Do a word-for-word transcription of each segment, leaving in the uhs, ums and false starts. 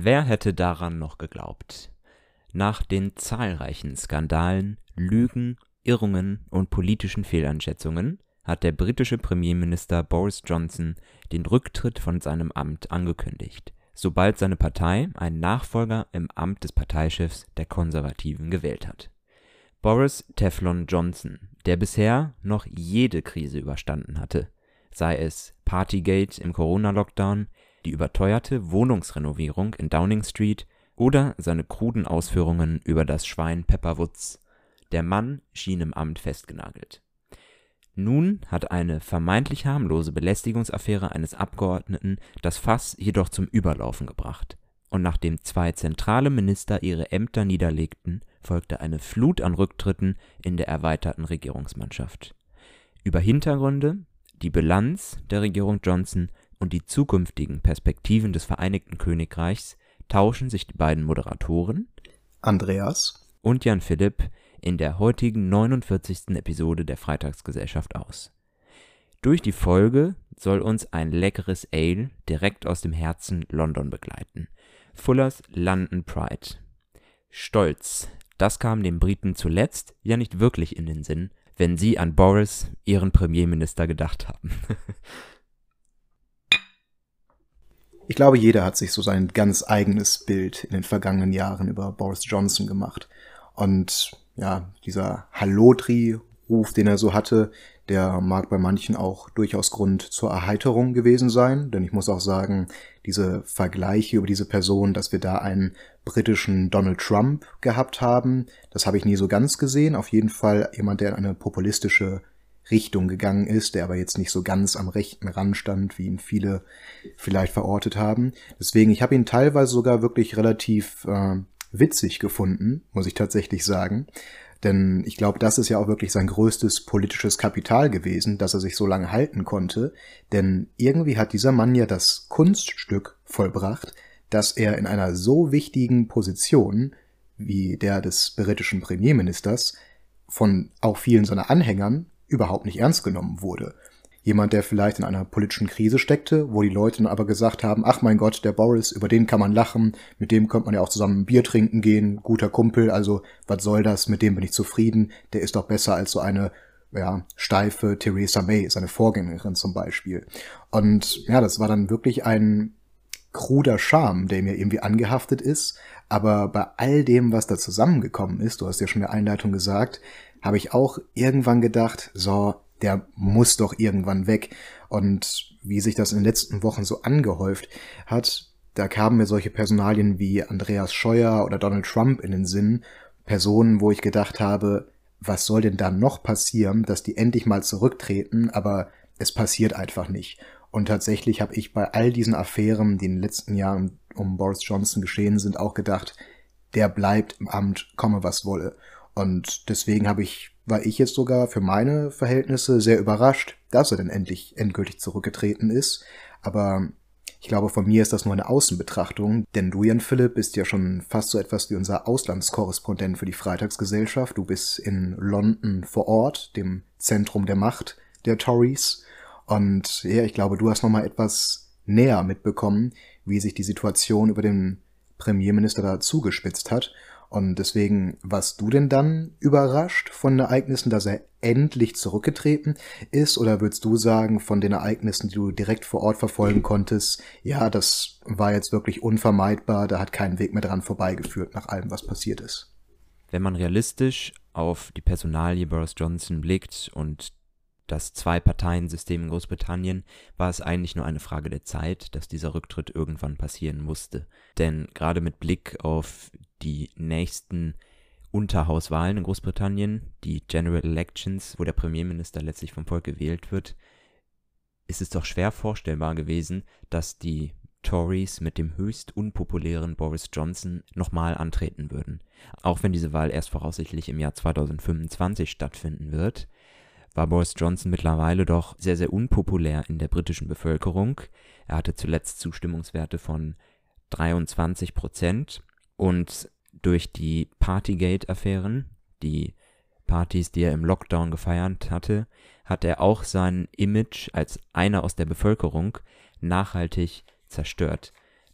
Wer hätte daran noch geglaubt? Nach den zahlreichen Skandalen, Lügen, Irrungen und politischen Fehleinschätzungen hat der britische Premierminister Boris Johnson den Rücktritt von seinem Amt angekündigt, sobald seine Partei einen Nachfolger im Amt des Parteichefs der Konservativen gewählt hat. Boris Teflon Johnson, der bisher noch jede Krise überstanden hatte, sei es Partygate im Corona-Lockdown, die überteuerte Wohnungsrenovierung in Downing Street oder seine kruden Ausführungen über das Schwein Pepper Woods. Der Mann schien im Amt festgenagelt. Nun hat eine vermeintlich harmlose Belästigungsaffäre eines Abgeordneten das Fass jedoch zum Überlaufen gebracht. Und nachdem zwei zentrale Minister ihre Ämter niederlegten, folgte eine Flut an Rücktritten in der erweiterten Regierungsmannschaft. Über Hintergründe, die Bilanz der Regierung Johnson und die zukünftigen Perspektiven des Vereinigten Königreichs tauschen sich die beiden Moderatoren Andreas und Jan Philipp in der heutigen neunundvierzigsten Episode der Freitagsgesellschaft aus. Durch die Folge soll uns ein leckeres Ale direkt aus dem Herzen London begleiten. Fullers London Pride. Stolz, das kam den Briten zuletzt ja nicht wirklich in den Sinn, wenn sie an Boris, ihren Premierminister, gedacht haben. Ich glaube, jeder hat sich so sein ganz eigenes Bild in den vergangenen Jahren über Boris Johnson gemacht. Und ja, dieser Hallodri-Ruf, den er so hatte, der mag bei manchen auch durchaus Grund zur Erheiterung gewesen sein. Denn ich muss auch sagen, diese Vergleiche über diese Person, dass wir da einen britischen Donald Trump gehabt haben, das habe ich nie so ganz gesehen. Auf jeden Fall jemand, der in eine populistische Richtung gegangen ist, der aber jetzt nicht so ganz am rechten Rand stand, wie ihn viele vielleicht verortet haben. Deswegen, ich habe ihn teilweise sogar wirklich relativ äh, witzig gefunden, muss ich tatsächlich sagen. Denn ich glaube, das ist ja auch wirklich sein größtes politisches Kapital gewesen, dass er sich so lange halten konnte. Denn irgendwie hat dieser Mann ja das Kunststück vollbracht, dass er in einer so wichtigen Position wie der des britischen Premierministers von auch vielen seiner Anhängern überhaupt nicht ernst genommen wurde. Jemand, der vielleicht in einer politischen Krise steckte, wo die Leute dann aber gesagt haben, ach mein Gott, der Boris, über den kann man lachen, mit dem könnte man ja auch zusammen ein Bier trinken gehen, guter Kumpel, also was soll das, mit dem bin ich zufrieden, der ist doch besser als so eine ja, steife Theresa May, seine Vorgängerin zum Beispiel. Und ja, das war dann wirklich ein kruder Charme, der mir irgendwie angehaftet ist, aber bei all dem, was da zusammengekommen ist, du hast ja schon in der Einleitung gesagt, habe ich auch irgendwann gedacht, so, der muss doch irgendwann weg. Und wie sich das in den letzten Wochen so angehäuft hat, da kamen mir solche Personalien wie Andreas Scheuer oder Donald Trump in den Sinn. Personen, wo ich gedacht habe, was soll denn da noch passieren, dass die endlich mal zurücktreten, aber es passiert einfach nicht. Und tatsächlich habe ich bei all diesen Affären, die in den letzten Jahren um Boris Johnson geschehen sind, auch gedacht, der bleibt im Amt, komme was wolle. Und deswegen habe ich, war ich jetzt sogar für meine Verhältnisse sehr überrascht, dass er denn endlich endgültig zurückgetreten ist. Aber ich glaube, von mir ist das nur eine Außenbetrachtung, denn du, Jan Philipp, bist ja schon fast so etwas wie unser Auslandskorrespondent für die Freitagsgesellschaft. Du bist in London vor Ort, dem Zentrum der Macht der Tories. Und ja, ich glaube, du hast nochmal etwas näher mitbekommen, wie sich die Situation über den Premierminister da zugespitzt hat. Und deswegen, warst du denn dann überrascht von den Ereignissen, dass er endlich zurückgetreten ist? Oder würdest du sagen, von den Ereignissen, die du direkt vor Ort verfolgen konntest, ja, das war jetzt wirklich unvermeidbar, da hat kein Weg mehr dran vorbeigeführt nach allem, was passiert ist? Wenn man realistisch auf die Personalie Boris Johnson blickt und das Zwei-Parteien-System in Großbritannien, war es eigentlich nur eine Frage der Zeit, dass dieser Rücktritt irgendwann passieren musste. Denn gerade mit Blick auf die nächsten Unterhauswahlen in Großbritannien, die General Elections, wo der Premierminister letztlich vom Volk gewählt wird, ist es doch schwer vorstellbar gewesen, dass die Tories mit dem höchst unpopulären Boris Johnson nochmal antreten würden. Auch wenn diese Wahl erst voraussichtlich im Jahr zweitausendfünfundzwanzig stattfinden wird, war Boris Johnson mittlerweile doch sehr, sehr unpopulär in der britischen Bevölkerung. Er hatte zuletzt Zustimmungswerte von dreiundzwanzig Prozent und durch die Partygate-Affären, die Partys, die er im Lockdown gefeiert hatte, hat er auch sein Image als einer aus der Bevölkerung nachhaltig zerstört.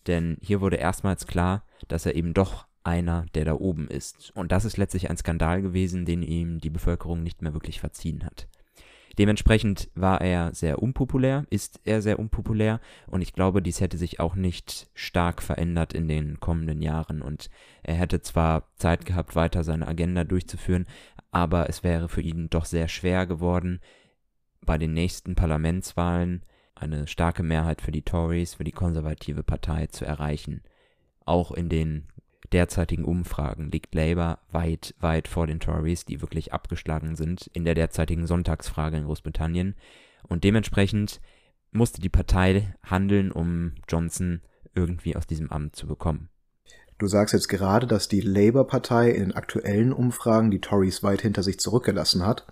denn hier wurde erstmals klar, dass er eben doch einer, der da oben ist. Und das ist letztlich ein Skandal gewesen, den ihm die Bevölkerung nicht mehr wirklich verziehen hat. Dementsprechend war er sehr unpopulär, ist er sehr unpopulär und ich glaube, dies hätte sich auch nicht stark verändert in den kommenden Jahren und er hätte zwar Zeit gehabt, weiter seine Agenda durchzuführen, aber es wäre für ihn doch sehr schwer geworden, bei den nächsten Parlamentswahlen eine starke Mehrheit für die Tories, für die konservative Partei zu erreichen. Auch in den derzeitigen Umfragen liegt Labour weit, weit vor den Tories, die wirklich abgeschlagen sind in der derzeitigen Sonntagsfrage in Großbritannien. Und dementsprechend musste die Partei handeln, um Johnson irgendwie aus diesem Amt zu bekommen. Du sagst jetzt gerade, dass die Labour-Partei in den aktuellen Umfragen die Tories weit hinter sich zurückgelassen hat.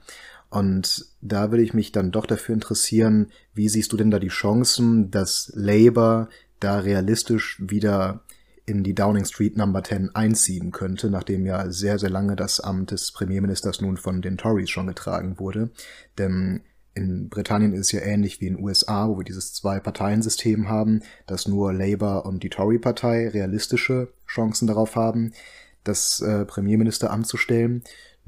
Und da würde ich mich dann doch dafür interessieren, wie siehst du denn da die Chancen, dass Labour da realistisch wieder in die Downing Street Number zehn einziehen könnte, nachdem ja sehr, sehr lange das Amt des Premierministers nun von den Tories schon getragen wurde. Denn in Britannien ist es ja ähnlich wie in den U S A, wo wir dieses Zwei-Parteien-System haben, dass nur Labour und die Tory-Partei realistische Chancen darauf haben, das äh, Premierministeramt zu stellen.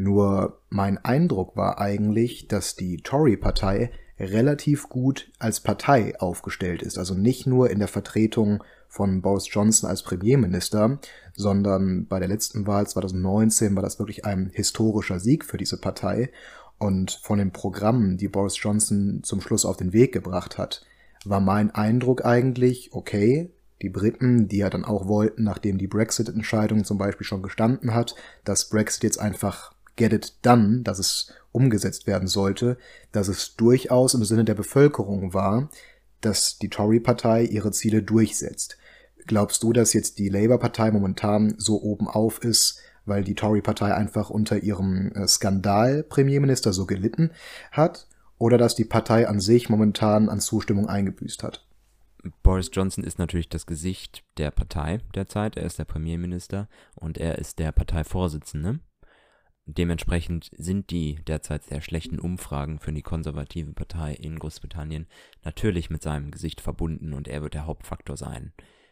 Nur mein Eindruck war eigentlich, dass die Tory-Partei relativ gut als Partei aufgestellt ist. Also nicht nur in der Vertretung von Boris Johnson als Premierminister, sondern bei der letzten Wahl zwanzig neunzehn war das wirklich ein historischer Sieg für diese Partei. Und von den Programmen, die Boris Johnson zum Schluss auf den Weg gebracht hat, war mein Eindruck eigentlich, okay, die Briten, die ja dann auch wollten, nachdem die Brexit-Entscheidung zum Beispiel schon gestanden hat, dass Brexit jetzt einfach get it done, dass es umgesetzt werden sollte, dass es durchaus im Sinne der Bevölkerung war, dass die Tory-Partei ihre Ziele durchsetzt. Glaubst du, dass jetzt die Labour-Partei momentan so oben auf ist, weil die Tory-Partei einfach unter ihrem Skandal-Premierminister so gelitten hat, oder dass die Partei an sich momentan an Zustimmung eingebüßt hat? Boris Johnson ist natürlich das Gesicht der Partei derzeit. Er ist der Premierminister und er ist der Parteivorsitzende. Dementsprechend sind die derzeit sehr schlechten Umfragen für die konservative Partei in Großbritannien natürlich mit seinem Gesicht verbunden und er wird der Hauptfaktor sein.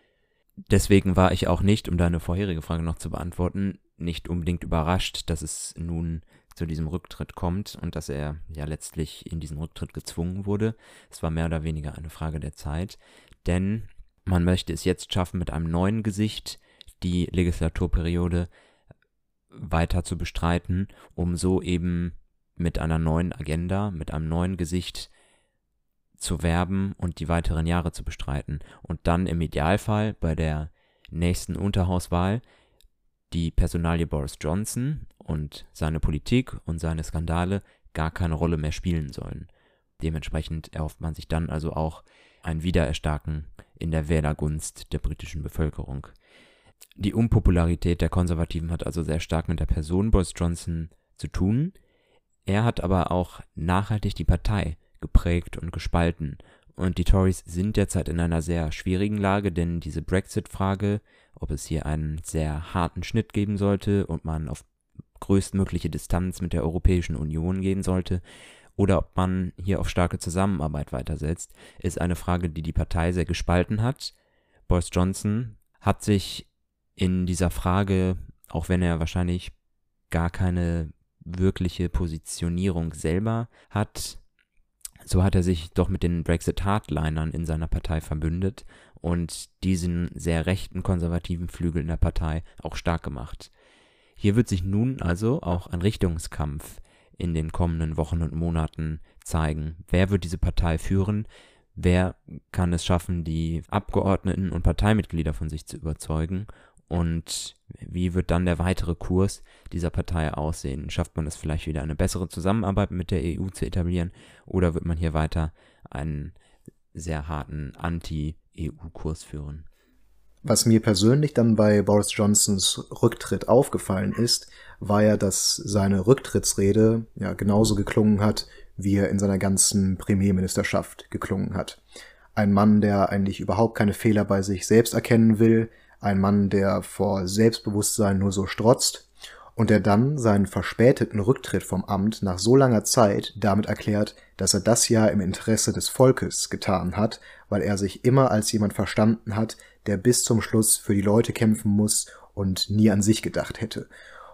Deswegen war ich auch nicht, um deine vorherige Frage noch zu beantworten, nicht unbedingt überrascht, dass es nun zu diesem Rücktritt kommt und dass er ja letztlich in diesen Rücktritt gezwungen wurde. Es war mehr oder weniger eine Frage der Zeit, denn man möchte es jetzt schaffen, mit einem neuen Gesicht die Legislaturperiode weiter zu bestreiten, um so eben mit einer neuen Agenda, mit einem neuen Gesicht zu werben und die weiteren Jahre zu bestreiten. Und dann im Idealfall bei der nächsten Unterhauswahl die Personalie Boris Johnson und seine Politik und seine Skandale gar keine Rolle mehr spielen sollen. Dementsprechend erhofft man sich dann also auch ein Wiedererstarken in der Wählergunst der britischen Bevölkerung. Die Unpopularität der Konservativen hat also sehr stark mit der Person Boris Johnson zu tun. Er hat aber auch nachhaltig die Partei geprägt und gespalten. Und die Tories sind derzeit in einer sehr schwierigen Lage, denn diese Brexit-Frage, ob es hier einen sehr harten Schnitt geben sollte und man auf größtmögliche Distanz mit der Europäischen Union gehen sollte, oder ob man hier auf starke Zusammenarbeit weitersetzt, ist eine Frage, die die Partei sehr gespalten hat. Boris Johnson hat sich in dieser Frage, auch wenn er wahrscheinlich gar keine wirkliche Positionierung selber hat, so hat er sich doch mit den Brexit-Hardlinern in seiner Partei verbündet und diesen sehr rechten konservativen Flügel in der Partei auch stark gemacht. Hier wird sich nun also auch ein Richtungskampf in den kommenden Wochen und Monaten zeigen. Wer wird diese Partei führen? Wer kann es schaffen, die Abgeordneten und Parteimitglieder von sich zu überzeugen? Und wie wird dann der weitere Kurs dieser Partei aussehen? Schafft man es vielleicht wieder, eine bessere Zusammenarbeit mit der E U zu etablieren? Oder wird man hier weiter einen sehr harten Anti-E U-Kurs führen? Was mir persönlich dann bei Boris Johnsons Rücktritt aufgefallen ist, war ja, dass seine Rücktrittsrede ja genauso geklungen hat, wie er in seiner ganzen Premierministerschaft geklungen hat. Ein Mann, der eigentlich überhaupt keine Fehler bei sich selbst erkennen will, ein Mann, der vor Selbstbewusstsein nur so strotzt und der dann seinen verspäteten Rücktritt vom Amt nach so langer Zeit damit erklärt, dass er das ja im Interesse des Volkes getan hat, weil er sich immer als jemand verstanden hat, der bis zum Schluss für die Leute kämpfen muss und nie an sich gedacht hätte.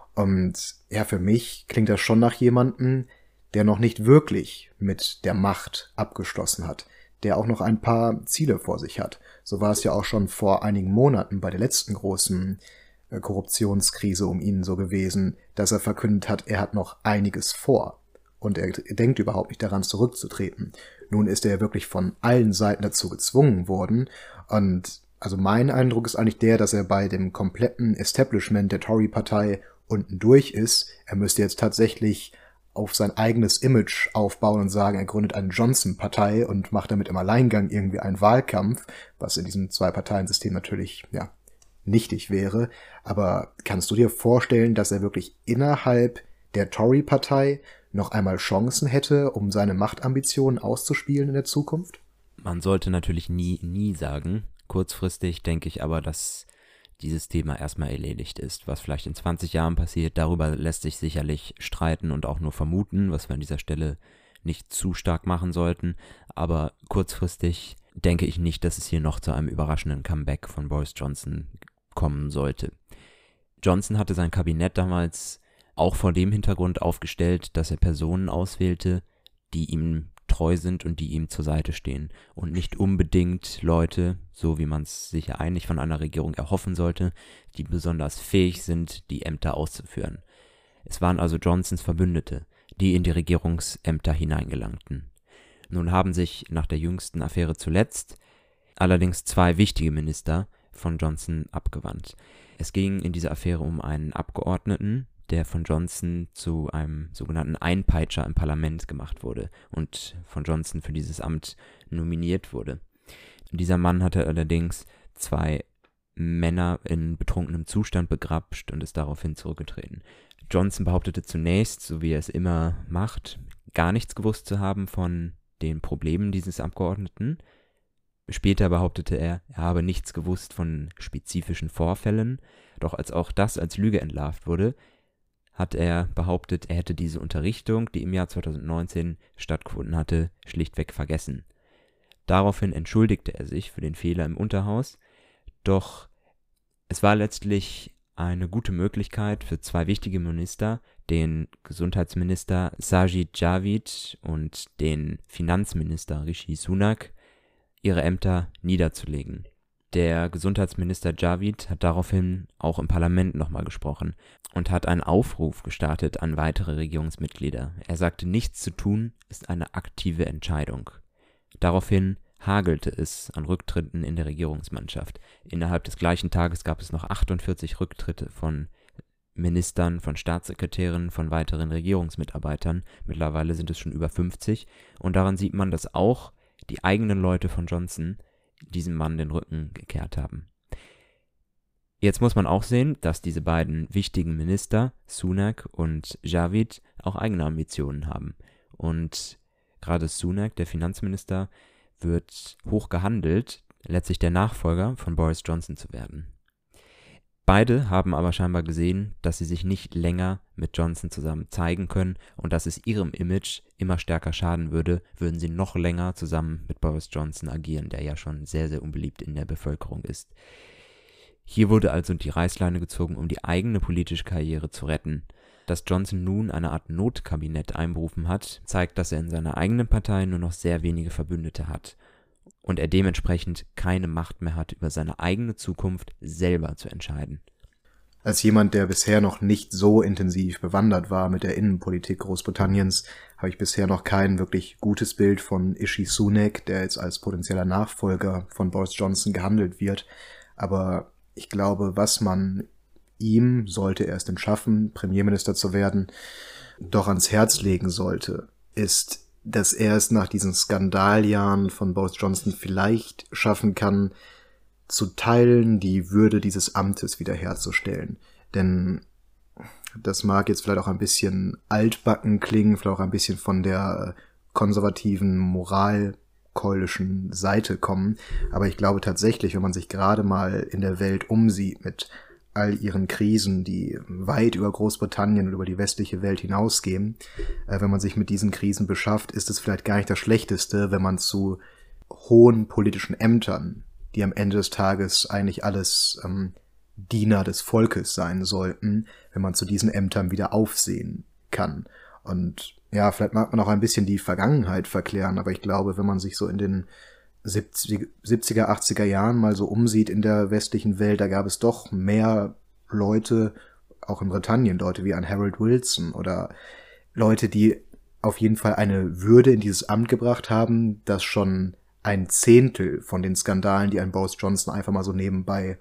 Und ja, für mich klingt das schon nach jemandem, der noch nicht wirklich mit der Macht abgeschlossen hat, der auch noch ein paar Ziele vor sich hat. So war es ja auch schon vor einigen Monaten bei der letzten großen äh, Korruptionskrise um ihn so gewesen, dass er verkündet hat, er hat noch einiges vor und er denkt überhaupt nicht daran zurückzutreten. Nun ist er wirklich von allen Seiten dazu gezwungen worden und also mein Eindruck ist eigentlich der, dass er bei dem kompletten Establishment der Tory-Partei unten durch ist. Er müsste jetzt tatsächlich auf sein eigenes Image aufbauen und sagen, er gründet eine Johnson-Partei und macht damit im Alleingang irgendwie einen Wahlkampf, was in diesem Zwei-Parteien-System natürlich, ja, nichtig wäre. Aber kannst du dir vorstellen, dass er wirklich innerhalb der Tory-Partei noch einmal Chancen hätte, um seine Machtambitionen auszuspielen in der Zukunft? Man sollte natürlich nie, nie sagen. Kurzfristig denke ich aber, dass dieses Thema erstmal erledigt ist. Was vielleicht in zwanzig Jahren passiert, darüber lässt sich sicherlich streiten und auch nur vermuten, was wir an dieser Stelle nicht zu stark machen sollten. Aber kurzfristig denke ich nicht, dass es hier noch zu einem überraschenden Comeback von Boris Johnson kommen sollte. Johnson hatte sein Kabinett damals auch vor dem Hintergrund aufgestellt, dass er Personen auswählte, die ihm treu sind und die ihm zur Seite stehen und nicht unbedingt Leute, so wie man es sich ja eigentlich von einer Regierung erhoffen sollte, die besonders fähig sind, die Ämter auszuführen. Es waren also Johnsons Verbündete, die in die Regierungsämter hineingelangten. Nun haben sich nach der jüngsten Affäre zuletzt allerdings zwei wichtige Minister von Johnson abgewandt. Es ging in dieser Affäre um einen Abgeordneten, der von Johnson zu einem sogenannten Einpeitscher im Parlament gemacht wurde und von Johnson für dieses Amt nominiert wurde. Dieser Mann hatte allerdings zwei Männer in betrunkenem Zustand begrapscht und ist daraufhin zurückgetreten. Johnson behauptete zunächst, so wie er es immer macht, gar nichts gewusst zu haben von den Problemen dieses Abgeordneten. Später behauptete er, er habe nichts gewusst von spezifischen Vorfällen, doch als auch das als Lüge entlarvt wurde, hat er behauptet, er hätte diese Unterrichtung, die im Jahr zweitausendneunzehn stattgefunden hatte, schlichtweg vergessen. Daraufhin entschuldigte er sich für den Fehler im Unterhaus, doch es war letztlich eine gute Möglichkeit für zwei wichtige Minister, den Gesundheitsminister Sajid Javid und den Finanzminister Rishi Sunak, ihre Ämter niederzulegen. Der Gesundheitsminister Javid hat daraufhin auch im Parlament nochmal gesprochen und hat einen Aufruf gestartet an weitere Regierungsmitglieder. Er sagte, nichts zu tun ist eine aktive Entscheidung. Daraufhin hagelte es an Rücktritten in der Regierungsmannschaft. Innerhalb des gleichen Tages gab es noch achtundvierzig Rücktritte von Ministern, von Staatssekretären, von weiteren Regierungsmitarbeitern. Mittlerweile sind es schon über fünfzig. Und daran sieht man, dass auch die eigenen Leute von Johnson diesem Mann den Rücken gekehrt haben. Jetzt muss man auch sehen, dass diese beiden wichtigen Minister, Sunak und Javid, auch eigene Ambitionen haben. Und gerade Sunak, der Finanzminister, wird hoch gehandelt, letztlich der Nachfolger von Boris Johnson zu werden. Beide haben aber scheinbar gesehen, dass sie sich nicht länger mit Johnson zusammen zeigen können und dass es ihrem Image immer stärker schaden würde, würden sie noch länger zusammen mit Boris Johnson agieren, der ja schon sehr, sehr unbeliebt in der Bevölkerung ist. Hier wurde also die Reißleine gezogen, um die eigene politische Karriere zu retten. Dass Johnson nun eine Art Notkabinett einberufen hat, zeigt, dass er in seiner eigenen Partei nur noch sehr wenige Verbündete hat und er dementsprechend keine Macht mehr hat, über seine eigene Zukunft selber zu entscheiden. Als jemand, der bisher noch nicht so intensiv bewandert war mit der Innenpolitik Großbritanniens, habe ich bisher noch kein wirklich gutes Bild von Rishi Sunak, der jetzt als potenzieller Nachfolger von Boris Johnson gehandelt wird. Aber ich glaube, was man ihm, sollte er es denn schaffen, Premierminister zu werden, doch ans Herz legen sollte, ist, dass er es nach diesen Skandaljahren von Boris Johnson vielleicht schaffen kann, zu teilen die Würde dieses Amtes wiederherzustellen. Denn das mag jetzt vielleicht auch ein bisschen altbacken klingen, vielleicht auch ein bisschen von der konservativen, moralkeulischen Seite kommen. Aber ich glaube tatsächlich, wenn man sich gerade mal in der Welt umsieht mit all ihren Krisen, die weit über Großbritannien und über die westliche Welt hinausgehen, äh, wenn man sich mit diesen Krisen beschafft, ist es vielleicht gar nicht das Schlechteste, wenn man zu hohen politischen Ämtern, die am Ende des Tages eigentlich alles ähm, Diener des Volkes sein sollten, wenn man zu diesen Ämtern wieder aufsehen kann. Und ja, vielleicht mag man auch ein bisschen die Vergangenheit verklären, aber ich glaube, wenn man sich so in den siebziger, achtziger Jahren mal so umsieht in der westlichen Welt, da gab es doch mehr Leute, auch in Britannien, Leute wie ein Harold Wilson oder Leute, die auf jeden Fall eine Würde in dieses Amt gebracht haben, das schon ein Zehntel von den Skandalen, die ein Boris Johnson einfach mal so nebenbei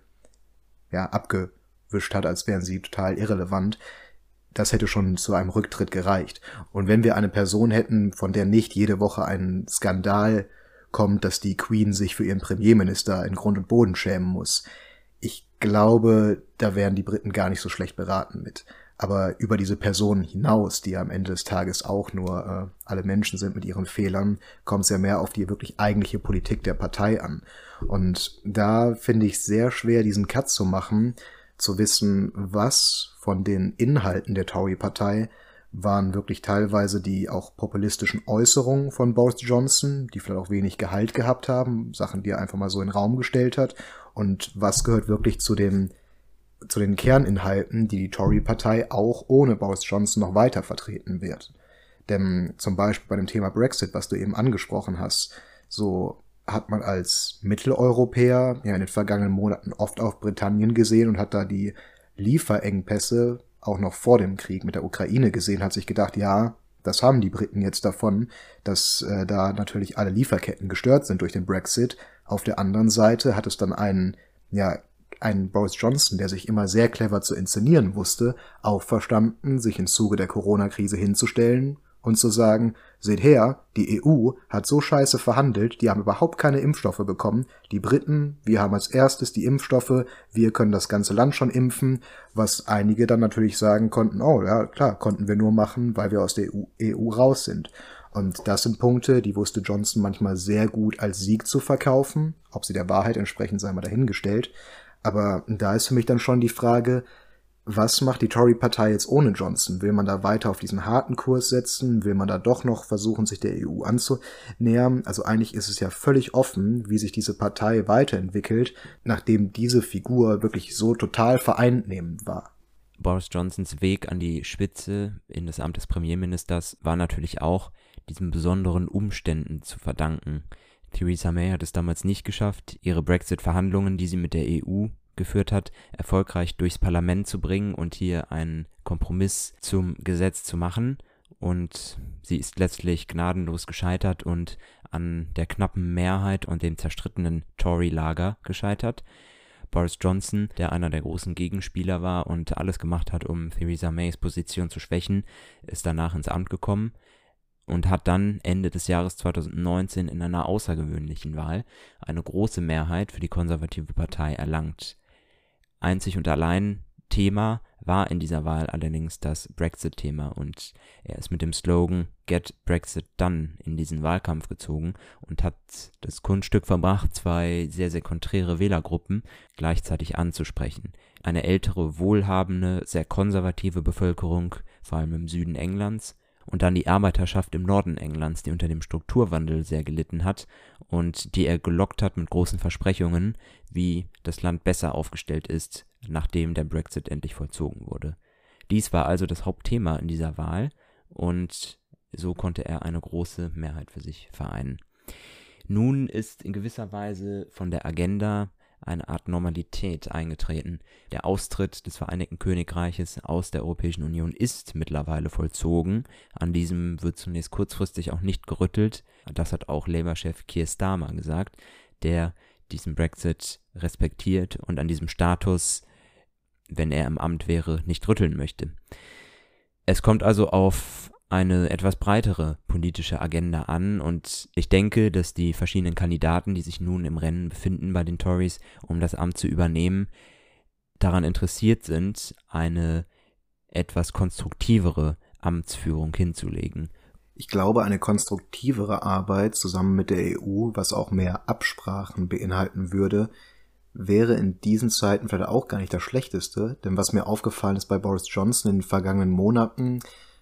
ja abgewischt hat, als wären sie total irrelevant, das hätte schon zu einem Rücktritt gereicht. Und wenn wir eine Person hätten, von der nicht jede Woche ein Skandal kommt, dass die Queen sich für ihren Premierminister in Grund und Boden schämen muss. Ich glaube, da wären die Briten gar nicht so schlecht beraten mit. Aber über diese Personen hinaus, die am Ende des Tages auch nur äh, alle Menschen sind mit ihren Fehlern, kommt es ja mehr auf die wirklich eigentliche Politik der Partei an. Und da finde ich sehr schwer, diesen Cut zu machen, zu wissen, was von den Inhalten der Tory-Partei waren wirklich teilweise die auch populistischen Äußerungen von Boris Johnson, die vielleicht auch wenig Gehalt gehabt haben, Sachen, die er einfach mal so in den Raum gestellt hat, und was gehört wirklich zu den, zu den Kerninhalten, die die Tory-Partei auch ohne Boris Johnson noch weiter vertreten wird. Denn zum Beispiel bei dem Thema Brexit, was du eben angesprochen hast, so hat man als Mitteleuropäer ja in den vergangenen Monaten oft auf Britannien gesehen und hat da die Lieferengpässe auch noch vor dem Krieg mit der Ukraine gesehen, hat sich gedacht, ja, das haben die Briten jetzt davon, dass äh, da natürlich alle Lieferketten gestört sind durch den Brexit. Auf der anderen Seite hat es dann einen, ja, einen Boris Johnson, der sich immer sehr clever zu inszenieren wusste, auch verstanden, sich im Zuge der Corona-Krise hinzustellen und zu sagen, seht her, die E U hat so scheiße verhandelt, die haben überhaupt keine Impfstoffe bekommen. Die Briten, wir haben als erstes die Impfstoffe, wir können das ganze Land schon impfen, was einige dann natürlich sagen konnten, oh ja, klar, konnten wir nur machen, weil wir aus der E U raus sind. Und das sind Punkte, die wusste Johnson manchmal sehr gut als Sieg zu verkaufen, ob sie der Wahrheit entsprechend sei mal dahingestellt. Aber da ist für mich dann schon die Frage, was macht die Tory-Partei jetzt ohne Johnson? Will man da weiter auf diesen harten Kurs setzen? Will man da doch noch versuchen, sich der E U anzunähern? Also eigentlich ist es ja völlig offen, wie sich diese Partei weiterentwickelt, nachdem diese Figur wirklich so total vereinnehmend war. Boris Johnsons Weg an die Spitze in das Amt des Premierministers war natürlich auch diesen besonderen Umständen zu verdanken. Theresa May hat es damals nicht geschafft, ihre Brexit-Verhandlungen, die sie mit der E U geführt hat, erfolgreich durchs Parlament zu bringen und hier einen Kompromiss zum Gesetz zu machen. Und sie ist letztlich gnadenlos gescheitert und an der knappen Mehrheit und dem zerstrittenen Tory-Lager gescheitert. Boris Johnson, der einer der großen Gegenspieler war und alles gemacht hat, um Theresa Mays Position zu schwächen, ist danach ins Amt gekommen und hat dann Ende des Jahres zweitausendneunzehn in einer außergewöhnlichen Wahl eine große Mehrheit für die konservative Partei erlangt. Einzig und allein Thema war in dieser Wahl allerdings das Brexit-Thema und er ist mit dem Slogan Get Brexit Done in diesen Wahlkampf gezogen und hat das Kunststück verbracht, zwei sehr, sehr konträre Wählergruppen gleichzeitig anzusprechen. Eine ältere, wohlhabende, sehr konservative Bevölkerung, vor allem im Süden Englands, und dann die Arbeiterschaft im Norden Englands, die unter dem Strukturwandel sehr gelitten hat und die er gelockt hat mit großen Versprechungen, wie das Land besser aufgestellt ist, nachdem der Brexit endlich vollzogen wurde. Dies war also das Hauptthema in dieser Wahl und so konnte er eine große Mehrheit für sich vereinen. Nun ist in gewisser Weise von der Agenda eine Art Normalität eingetreten. Der Austritt des Vereinigten Königreiches aus der Europäischen Union ist mittlerweile vollzogen. An diesem wird zunächst kurzfristig auch nicht gerüttelt. Das hat auch Labour-Chef Keir Starmer gesagt, der diesen Brexit respektiert und an diesem Status, wenn er im Amt wäre, nicht rütteln möchte. Es kommt also auf eine etwas breitere politische Agenda an und ich denke, dass die verschiedenen Kandidaten, die sich nun im Rennen befinden bei den Tories, um das Amt zu übernehmen, daran interessiert sind, eine etwas konstruktivere Amtsführung hinzulegen. Ich glaube, eine konstruktivere Arbeit zusammen mit der E U, was auch mehr Absprachen beinhalten würde, wäre in diesen Zeiten vielleicht auch gar nicht das Schlechteste, denn was mir aufgefallen ist bei Boris Johnson in den vergangenen Monaten,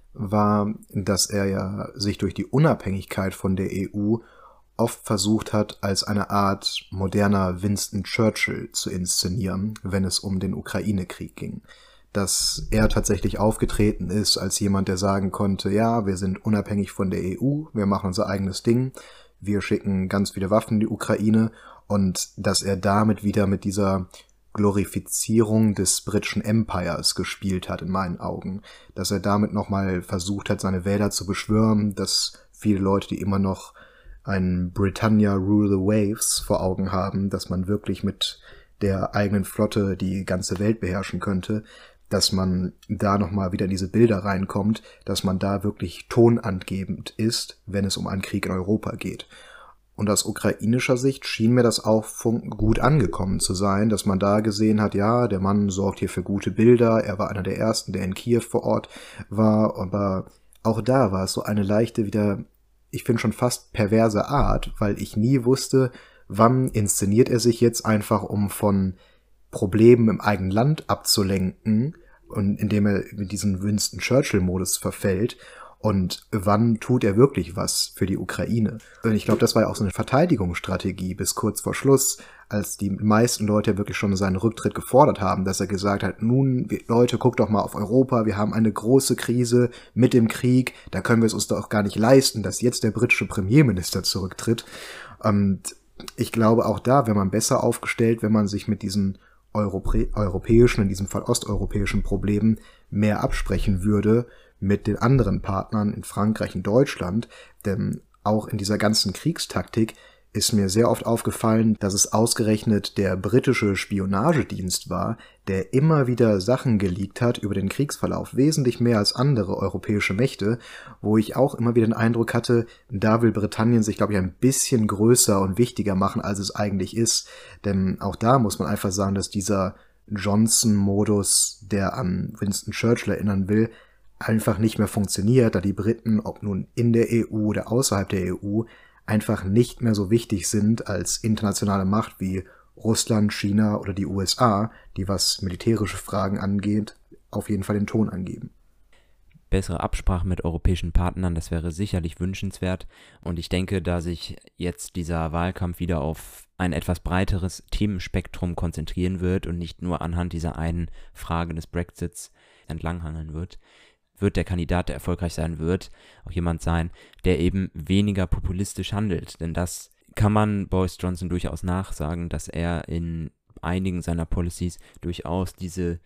war, dass er ja sich durch die Unabhängigkeit von der E U oft versucht hat, als eine Art moderner Winston Churchill zu inszenieren, wenn es um den Ukraine-Krieg ging. Dass er tatsächlich aufgetreten ist als jemand, der sagen konnte, ja, wir sind unabhängig von der E U, wir machen unser eigenes Ding, wir schicken ganz viele Waffen in die Ukraine, und dass er damit wieder mit dieser Glorifizierung des britischen Empires gespielt hat, in meinen Augen. Dass er damit nochmal versucht hat, seine Wähler zu beschwören, dass viele Leute, die immer noch ein Britannia Rule the Waves vor Augen haben, dass man wirklich mit der eigenen Flotte die ganze Welt beherrschen könnte, dass man da nochmal wieder in diese Bilder reinkommt, dass man da wirklich tonangebend ist, wenn es um einen Krieg in Europa geht. Und aus ukrainischer Sicht schien mir das auch gut angekommen zu sein, dass man da gesehen hat, ja, der Mann sorgt hier für gute Bilder, er war einer der Ersten, der in Kiew vor Ort war, aber auch da war es so eine leichte, wieder, ich finde schon fast perverse Art, weil ich nie wusste, wann inszeniert er sich jetzt einfach, um von Problemen im eigenen Land abzulenken, und indem er mit diesem Winston Churchill-Modus verfällt, und wann tut er wirklich was für die Ukraine? Und ich glaube, das war ja auch so eine Verteidigungsstrategie bis kurz vor Schluss, als die meisten Leute ja wirklich schon seinen Rücktritt gefordert haben, dass er gesagt hat, nun, Leute, guckt doch mal auf Europa, wir haben eine große Krise mit dem Krieg, da können wir es uns doch gar nicht leisten, dass jetzt der britische Premierminister zurücktritt. Und ich glaube, auch da wäre man besser aufgestellt, wenn man sich mit diesen Europä- europäischen, in diesem Fall osteuropäischen Problemen mehr absprechen würde mit den anderen Partnern in Frankreich und Deutschland, denn auch in dieser ganzen Kriegstaktik ist mir sehr oft aufgefallen, dass es ausgerechnet der britische Spionagedienst war, der immer wieder Sachen geleakt hat über den Kriegsverlauf, wesentlich mehr als andere europäische Mächte, wo ich auch immer wieder den Eindruck hatte, da will Britannien sich, glaube ich, ein bisschen größer und wichtiger machen, als es eigentlich ist, denn auch da muss man einfach sagen, dass dieser Johnson-Modus, der an Winston Churchill erinnern will, einfach nicht mehr funktioniert, da die Briten, ob nun in der E U oder außerhalb der E U, einfach nicht mehr so wichtig sind als internationale Macht wie Russland, China oder die U S A, die, was militärische Fragen angeht, auf jeden Fall den Ton angeben. Bessere Absprache mit europäischen Partnern, das wäre sicherlich wünschenswert. Und ich denke, da sich jetzt dieser Wahlkampf wieder auf ein etwas breiteres Themenspektrum konzentrieren wird und nicht nur anhand dieser einen Frage des Brexits entlanghangeln wird, wird der Kandidat, der erfolgreich sein wird, auch jemand sein, der eben weniger populistisch handelt. Denn das kann man Boris Johnson durchaus nachsagen, dass er in einigen seiner Policies durchaus diese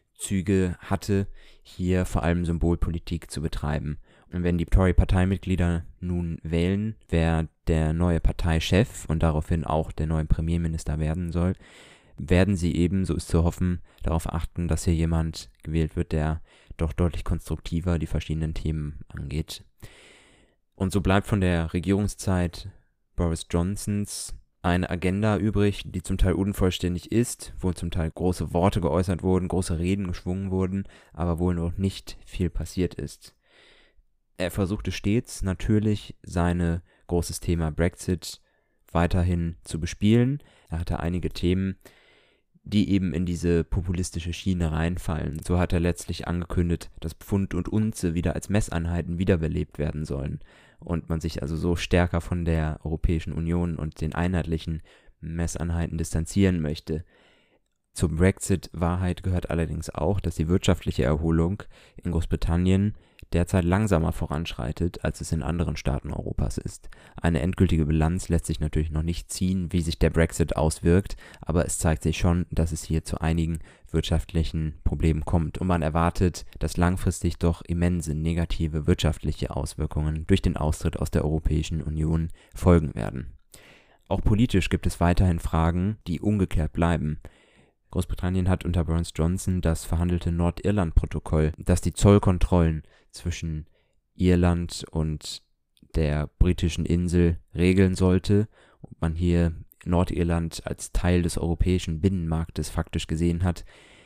Züge hatte, hier vor allem Symbolpolitik zu betreiben. Und wenn die Tory-Parteimitglieder nun wählen, wer der neue Parteichef und daraufhin auch der neue Premierminister werden soll, werden sie eben, so ist zu hoffen, darauf achten, dass hier jemand gewählt wird, der doch deutlich konstruktiver die verschiedenen Themen angeht. Und so bleibt von der Regierungszeit Boris Johnsons eine Agenda übrig, die zum Teil unvollständig ist, wo zum Teil große Worte geäußert wurden, große Reden geschwungen wurden, aber wohl noch nicht viel passiert ist. Er versuchte stets natürlich, sein großes Thema Brexit weiterhin zu bespielen. Er hatte einige Themen, die eben in diese populistische Schiene reinfallen. So hat er letztlich angekündigt, dass Pfund und Unze wieder als Messeinheiten wiederbelebt werden sollen und man sich also so stärker von der Europäischen Union und den einheitlichen Messeinheiten distanzieren möchte. Zum Brexit-Wahrheit gehört allerdings auch, dass die wirtschaftliche Erholung in Großbritannien derzeit langsamer voranschreitet, als es in anderen Staaten Europas ist. Eine endgültige Bilanz lässt sich natürlich noch nicht ziehen, wie sich der Brexit auswirkt, aber es zeigt sich schon, dass es hier zu einigen wirtschaftlichen Problemen kommt und man erwartet, dass langfristig doch immense negative wirtschaftliche Auswirkungen durch den Austritt aus der Europäischen Union folgen werden. Auch politisch gibt es weiterhin Fragen, die ungeklärt bleiben. Großbritannien hat unter Boris Johnson das verhandelte Nordirland-Protokoll, das die Zollkontrollen zwischen Irland und der britischen Insel regeln sollte und man hier Nordirland als Teil des europäischen Binnenmarktes faktisch gesehen hat,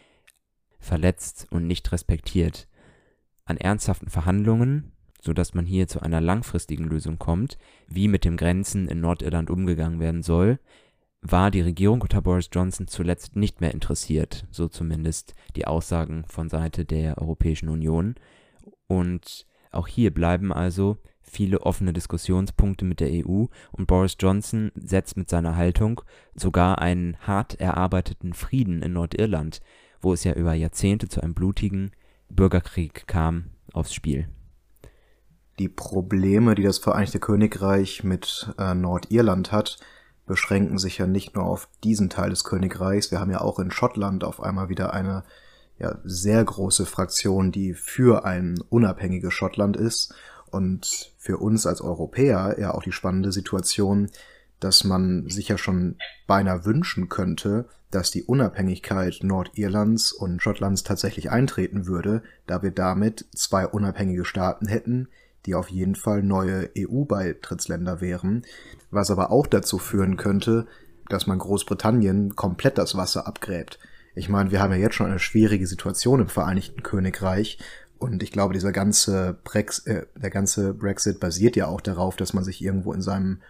verletzt und nicht respektiert. An ernsthaften Verhandlungen, sodass man hier zu einer langfristigen Lösung kommt, wie mit den Grenzen in Nordirland umgegangen werden soll, war die Regierung unter Boris Johnson zuletzt nicht mehr interessiert, so zumindest die Aussagen von Seite der Europäischen Union. Und auch hier bleiben also viele offene Diskussionspunkte mit der E U und Boris Johnson setzt mit seiner Haltung sogar einen hart erarbeiteten Frieden in Nordirland, wo es ja über Jahrzehnte zu einem blutigen Bürgerkrieg kam, aufs Spiel. Die Probleme, die das Vereinigte Königreich mit äh, Nordirland hat, beschränken sich ja nicht nur auf diesen Teil des Königreichs. Wir haben ja auch in Schottland auf einmal wieder eine ja, sehr große Fraktion, die für ein unabhängiges Schottland ist. Und für uns als Europäer ja auch die spannende Situation, dass man sich ja schon beinahe wünschen könnte, dass die Unabhängigkeit Nordirlands und Schottlands tatsächlich eintreten würde, da wir damit zwei unabhängige Staaten hätten, die auf jeden Fall neue E U-Beitrittsländer wären, was aber auch dazu führen könnte, dass man Großbritannien komplett das Wasser abgräbt. Ich meine, wir haben ja jetzt schon eine schwierige Situation im Vereinigten Königreich und ich glaube, dieser ganze Brex- äh, der ganze Brexit basiert ja auch darauf, dass man sich irgendwo in seinem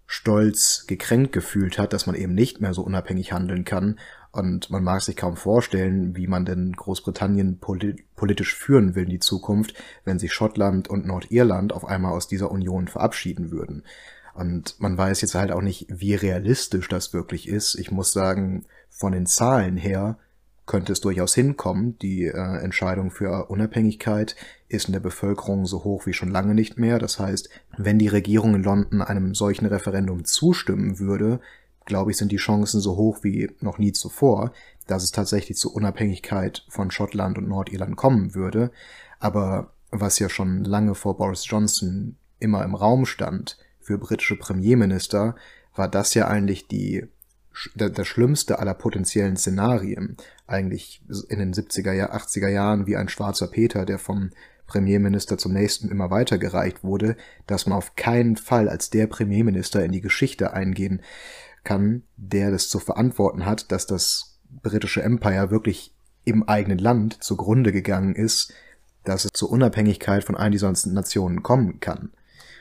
Stolz gekränkt gefühlt hat, dass man eben nicht mehr so unabhängig handeln kann. Und man mag sich kaum vorstellen, wie man denn Großbritannien polit- politisch führen will in die Zukunft, wenn sich Schottland und Nordirland auf einmal aus dieser Union verabschieden würden. Und man weiß jetzt halt auch nicht, wie realistisch das wirklich ist. Ich muss sagen, von den Zahlen her könnte es durchaus hinkommen. Die äh, Entscheidung für Unabhängigkeit ist in der Bevölkerung so hoch wie schon lange nicht mehr. Das heißt, wenn die Regierung in London einem solchen Referendum zustimmen würde, glaube ich, sind die Chancen so hoch wie noch nie zuvor, dass es tatsächlich zur Unabhängigkeit von Schottland und Nordirland kommen würde. Aber was ja schon lange vor Boris Johnson immer im Raum stand für britische Premierminister, war das ja eigentlich die das schlimmste aller potenziellen Szenarien. Eigentlich in den siebziger, achtziger Jahren wie ein schwarzer Peter, der vom Premierminister zum nächsten immer weitergereicht wurde, dass man auf keinen Fall als der Premierminister in die Geschichte eingehen kann, der das zu verantworten hat, dass das britische Empire wirklich im eigenen Land zugrunde gegangen ist, dass es zur Unabhängigkeit von einer dieser Nationen kommen kann.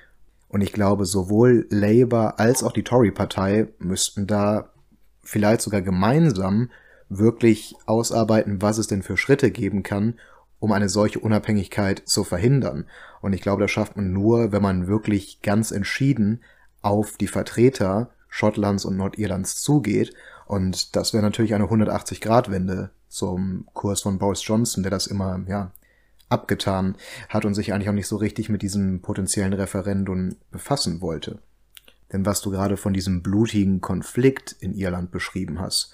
Und ich glaube, sowohl Labour als auch die Tory-Partei müssten da vielleicht sogar gemeinsam wirklich ausarbeiten, was es denn für Schritte geben kann, um eine solche Unabhängigkeit zu verhindern. Und ich glaube, das schafft man nur, wenn man wirklich ganz entschieden auf die Vertreter Schottlands und Nordirlands zugeht. Und das wäre natürlich eine hundertachtzig-Grad-Wende zum Kurs von Boris Johnson, der das immer ja abgetan hat und sich eigentlich auch nicht so richtig mit diesem potenziellen Referendum befassen wollte. Denn was du gerade von diesem blutigen Konflikt in Irland beschrieben hast,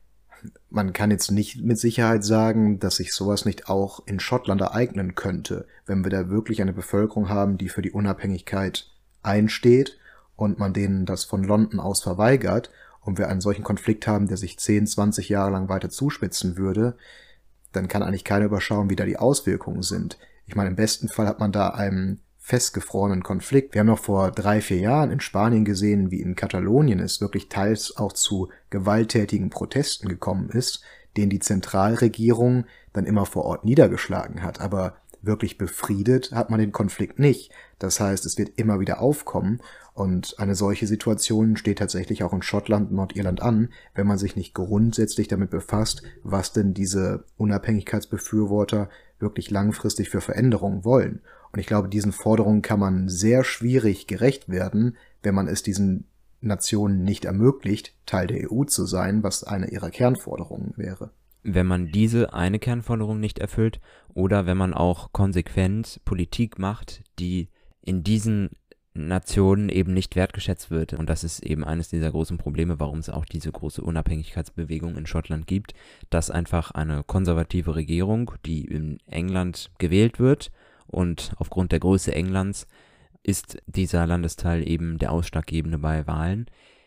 man kann jetzt nicht mit Sicherheit sagen, dass sich sowas nicht auch in Schottland ereignen könnte, wenn wir da wirklich eine Bevölkerung haben, die für die Unabhängigkeit einsteht und man denen das von London aus verweigert und wir einen solchen Konflikt haben, der sich zehn, zwanzig Jahre lang weiter zuspitzen würde, dann kann eigentlich keiner überschauen, wie da die Auswirkungen sind. Ich meine, im besten Fall hat man da einen festgefrorenen Konflikt. Wir haben noch vor drei, vier Jahren in Spanien gesehen, wie in Katalonien es wirklich teils auch zu gewalttätigen Protesten gekommen ist, den die Zentralregierung dann immer vor Ort niedergeschlagen hat. Aber wirklich befriedet hat man den Konflikt nicht. Das heißt, es wird immer wieder aufkommen und eine solche Situation steht tatsächlich auch in Schottland und Nordirland an, wenn man sich nicht grundsätzlich damit befasst, was denn diese Unabhängigkeitsbefürworter wirklich langfristig für Veränderungen wollen. Und ich glaube, diesen Forderungen kann man sehr schwierig gerecht werden, wenn man es diesen Nationen nicht ermöglicht, Teil der E U zu sein, was eine ihrer Kernforderungen wäre. Wenn man diese eine Kernforderung nicht erfüllt oder wenn man auch konsequent Politik macht, die in diesen Nationen eben nicht wertgeschätzt wird. Und das ist eben eines dieser großen Probleme, warum es auch diese große Unabhängigkeitsbewegung in Schottland gibt, dass einfach eine konservative Regierung, die in England gewählt wird, und aufgrund der Größe Englands ist dieser Landesteil eben der ausschlaggebende bei Wahlen,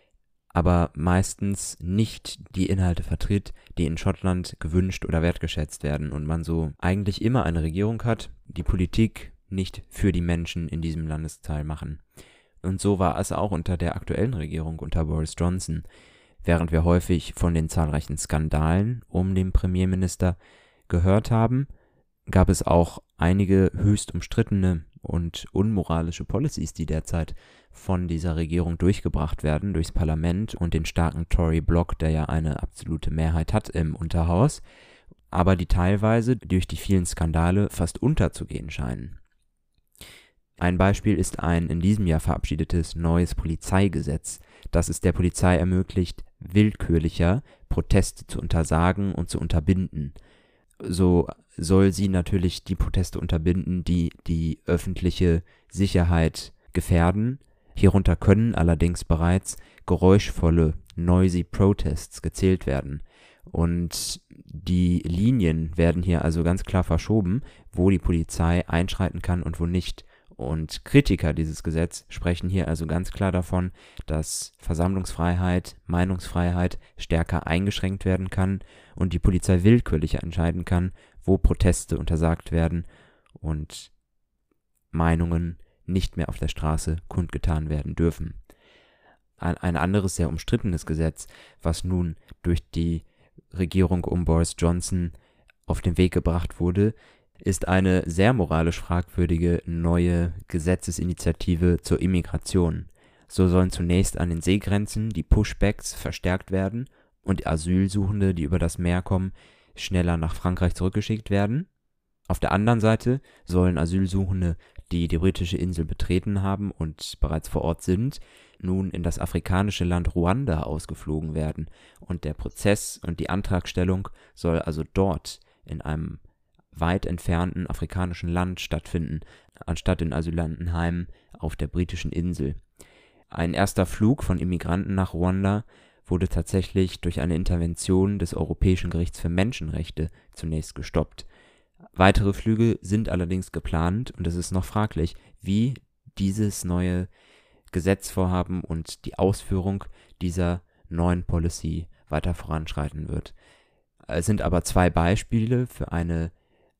aber meistens nicht die Inhalte vertritt, die in Schottland gewünscht oder wertgeschätzt werden und man so eigentlich immer eine Regierung hat, die Politik nicht für die Menschen in diesem Landesteil machen. Und so war es auch unter der aktuellen Regierung unter Boris Johnson, während wir häufig von den zahlreichen Skandalen um den Premierminister gehört haben, gab es auch einige höchst umstrittene und unmoralische Policies, die derzeit von dieser Regierung durchgebracht werden, durchs Parlament und den starken Tory-Block, der ja eine absolute Mehrheit hat im Unterhaus, aber die teilweise durch die vielen Skandale fast unterzugehen scheinen. Ein Beispiel ist ein in diesem Jahr verabschiedetes neues Polizeigesetz, das es der Polizei ermöglicht, willkürlicher Proteste zu untersagen und zu unterbinden. So soll sie natürlich die Proteste unterbinden, die die öffentliche Sicherheit gefährden. Hierunter können allerdings bereits geräuschvolle Noisy Protests gezählt werden. Und die Linien werden hier also ganz klar verschoben, wo die Polizei einschreiten kann und wo nicht. Und Kritiker dieses Gesetzes sprechen hier also ganz klar davon, dass Versammlungsfreiheit, Meinungsfreiheit stärker eingeschränkt werden kann und die Polizei willkürlicher entscheiden kann, wo Proteste untersagt werden und Meinungen nicht mehr auf der Straße kundgetan werden dürfen. Ein anderes sehr umstrittenes Gesetz, was nun durch die Regierung um Boris Johnson auf den Weg gebracht wurde, ist eine sehr moralisch fragwürdige neue Gesetzesinitiative zur Immigration. So sollen zunächst an den Seegrenzen die Pushbacks verstärkt werden und Asylsuchende, die über das Meer kommen, schneller nach Frankreich zurückgeschickt werden. Auf der anderen Seite sollen Asylsuchende, die die britische Insel betreten haben und bereits vor Ort sind, nun in das afrikanische Land Ruanda ausgeflogen werden. Und der Prozess und die Antragstellung soll also dort in einem weit entfernten afrikanischen Land stattfinden, anstatt in Asylantenheimen auf der britischen Insel. Ein erster Flug von Immigranten nach Ruanda wurde tatsächlich durch eine Intervention des Europäischen Gerichts für Menschenrechte zunächst gestoppt. Weitere Flüge sind allerdings geplant und es ist noch fraglich, wie dieses neue Gesetzvorhaben und die Ausführung dieser neuen Policy weiter voranschreiten wird. Es sind aber zwei Beispiele für eine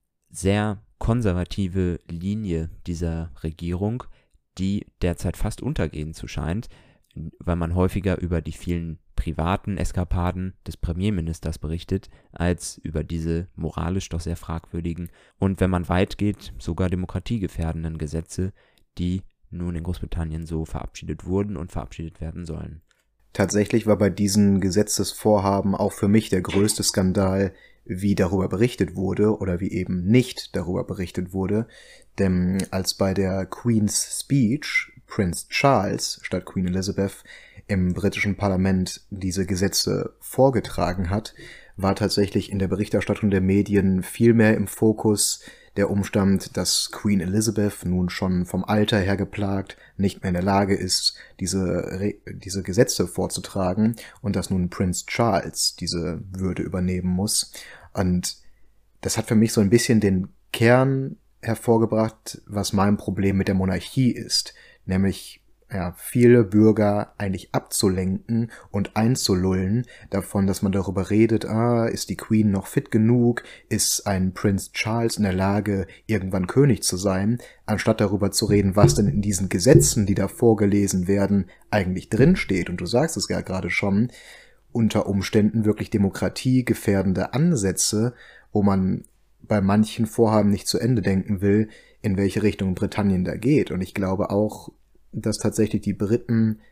sehr konservative Linie dieser Regierung, die derzeit fast untergehen zu scheint, weil man häufiger über die vielen privaten Eskapaden des Premierministers berichtet, als über diese moralisch doch sehr fragwürdigen und, wenn man weit geht, sogar demokratiegefährdenden Gesetze, die nun in Großbritannien so verabschiedet wurden und verabschiedet werden sollen. Tatsächlich war bei diesen Gesetzesvorhaben auch für mich der größte Skandal, wie darüber berichtet wurde oder wie eben nicht darüber berichtet wurde. Denn als bei der Queen's Speech Prinz Charles statt Queen Elizabeth im britischen Parlament diese Gesetze vorgetragen hat, war tatsächlich in der Berichterstattung der Medien viel mehr im Fokus der Umstand, dass Queen Elizabeth nun schon vom Alter her geplagt nicht mehr in der Lage ist, diese, diese Gesetze vorzutragen und dass nun Prinz Charles diese Würde übernehmen muss. Und das hat für mich so ein bisschen den Kern hervorgebracht, was mein Problem mit der Monarchie ist, nämlich ja, viele Bürger eigentlich abzulenken und einzulullen davon, dass man darüber redet, ah, ist die Queen noch fit genug, ist ein Prinz Charles in der Lage, irgendwann König zu sein, anstatt darüber zu reden, was denn in diesen Gesetzen, die da vorgelesen werden, eigentlich drinsteht. Und du sagst es ja gerade schon, unter Umständen wirklich demokratiegefährdende Ansätze, wo man bei manchen Vorhaben nicht zu Ende denken will, in welche Richtung Britannien da geht. Und ich glaube auch, dass tatsächlich die Briten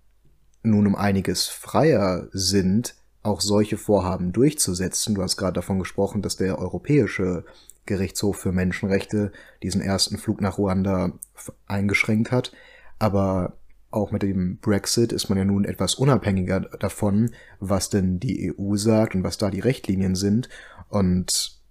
nun um einiges freier sind, auch solche Vorhaben durchzusetzen. Du hast gerade davon gesprochen, dass der Europäische Gerichtshof für Menschenrechte diesen ersten Flug nach Ruanda eingeschränkt hat. Aber auch mit dem Brexit ist man ja nun etwas unabhängiger davon, was denn die E U sagt und was da die Richtlinien sind. Und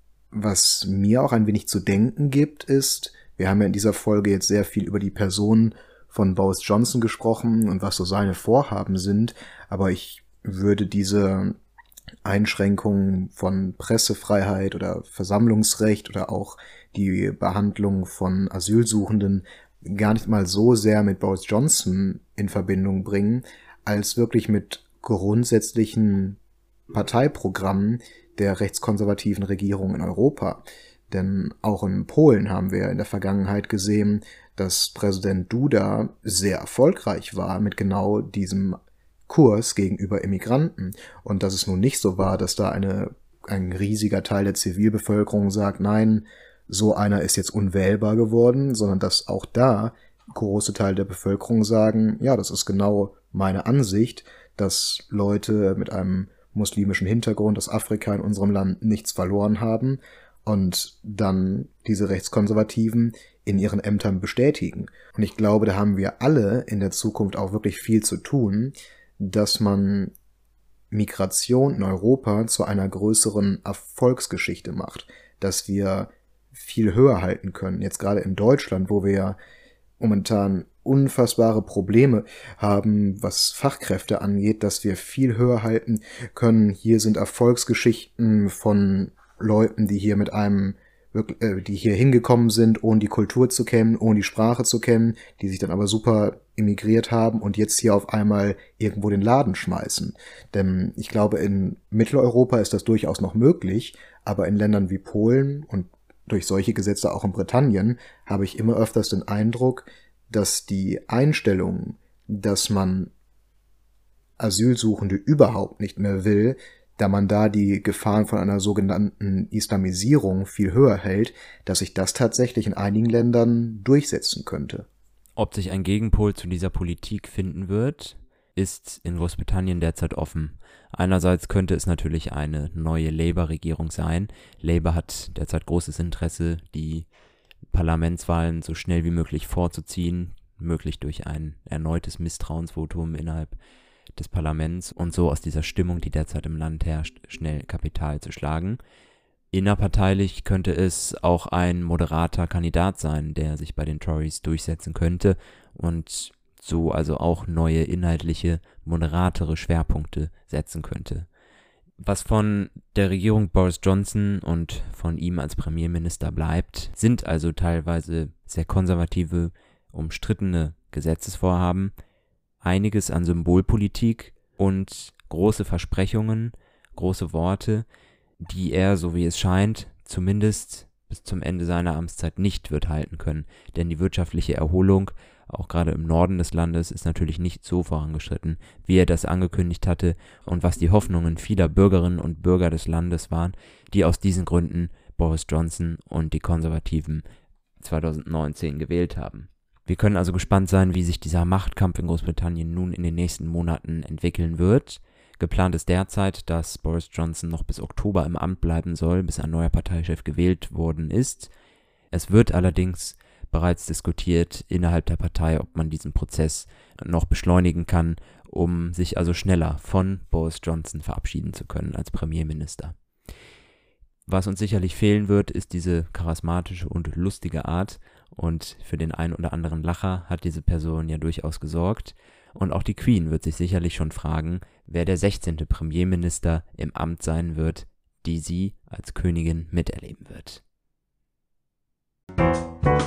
was mir auch ein wenig zu denken gibt, ist, wir haben ja in dieser Folge jetzt sehr viel über die Person von Boris Johnson gesprochen und was so seine Vorhaben sind, aber ich würde diese Einschränkungen von Pressefreiheit oder Versammlungsrecht oder auch die Behandlung von Asylsuchenden gar nicht mal so sehr mit Boris Johnson in Verbindung bringen, als wirklich mit grundsätzlichen Parteiprogrammen der rechtskonservativen Regierung in Europa. Denn auch in Polen haben wir in der Vergangenheit gesehen, dass Präsident Duda sehr erfolgreich war mit genau diesem Kurs gegenüber Immigranten. Und dass es nun nicht so war, dass da eine, ein riesiger Teil der Zivilbevölkerung sagt, nein, so einer ist jetzt unwählbar geworden, sondern dass auch da große Teile der Bevölkerung sagen, ja, das ist genau meine Ansicht, dass Leute mit einem muslimischen Hintergrund aus Afrika in unserem Land nichts verloren haben und dann diese Rechtskonservativen in ihren Ämtern bestätigen. Und ich glaube, da haben wir alle in der Zukunft auch wirklich viel zu tun, dass man Migration in Europa zu einer größeren Erfolgsgeschichte macht, dass wir viel höher halten können. Jetzt gerade in Deutschland, wo wir ja momentan unfassbare Probleme haben, was Fachkräfte angeht, dass wir viel höher halten können. Hier sind Erfolgsgeschichten von Leuten, die hier mit einem, die hier hingekommen sind, ohne die Kultur zu kennen, ohne die Sprache zu kennen, die sich dann aber super emigriert haben und jetzt hier auf einmal irgendwo den Laden schmeißen. Denn ich glaube, in Mitteleuropa ist das durchaus noch möglich, aber in Ländern wie Polen und durch solche Gesetze auch in Britannien habe ich immer öfters den Eindruck, dass die Einstellung, dass man Asylsuchende überhaupt nicht mehr will, da man da die Gefahren von einer sogenannten Islamisierung viel höher hält, dass sich das tatsächlich in einigen Ländern durchsetzen könnte. Ob sich ein Gegenpol zu dieser Politik finden wird, ist in Großbritannien derzeit offen. Einerseits könnte es natürlich eine neue Labour-Regierung sein. Labour hat derzeit großes Interesse, die Parlamentswahlen so schnell wie möglich vorzuziehen, möglich durch ein erneutes Misstrauensvotum innerhalb des Parlaments und so aus dieser Stimmung, die derzeit im Land herrscht, schnell Kapital zu schlagen. Innerparteilich könnte es auch ein moderater Kandidat sein, der sich bei den Tories durchsetzen könnte und so also auch neue inhaltliche, moderatere Schwerpunkte setzen könnte. Was von der Regierung Boris Johnson und von ihm als Premierminister bleibt, sind also teilweise sehr konservative, umstrittene Gesetzesvorhaben, einiges an Symbolpolitik und große Versprechungen, große Worte, die er, so wie es scheint, zumindest bis zum Ende seiner Amtszeit nicht wird halten können. Denn die wirtschaftliche Erholung, auch gerade im Norden des Landes, ist natürlich nicht so vorangeschritten, wie er das angekündigt hatte und was die Hoffnungen vieler Bürgerinnen und Bürger des Landes waren, die aus diesen Gründen Boris Johnson und die Konservativen zwanzig neunzehn gewählt haben. Wir können also gespannt sein, wie sich dieser Machtkampf in Großbritannien nun in den nächsten Monaten entwickeln wird. Geplant ist derzeit, dass Boris Johnson noch bis Oktober im Amt bleiben soll, bis ein neuer Parteichef gewählt worden ist. Es wird allerdings bereits diskutiert innerhalb der Partei, ob man diesen Prozess noch beschleunigen kann, um sich also schneller von Boris Johnson verabschieden zu können als Premierminister. Was uns sicherlich fehlen wird, ist diese charismatische und lustige Art, und für den einen oder anderen Lacher hat diese Person ja durchaus gesorgt. Und auch die Queen wird sich sicherlich schon fragen, wer der sechzehnte Premierminister im Amt sein wird, die sie als Königin miterleben wird.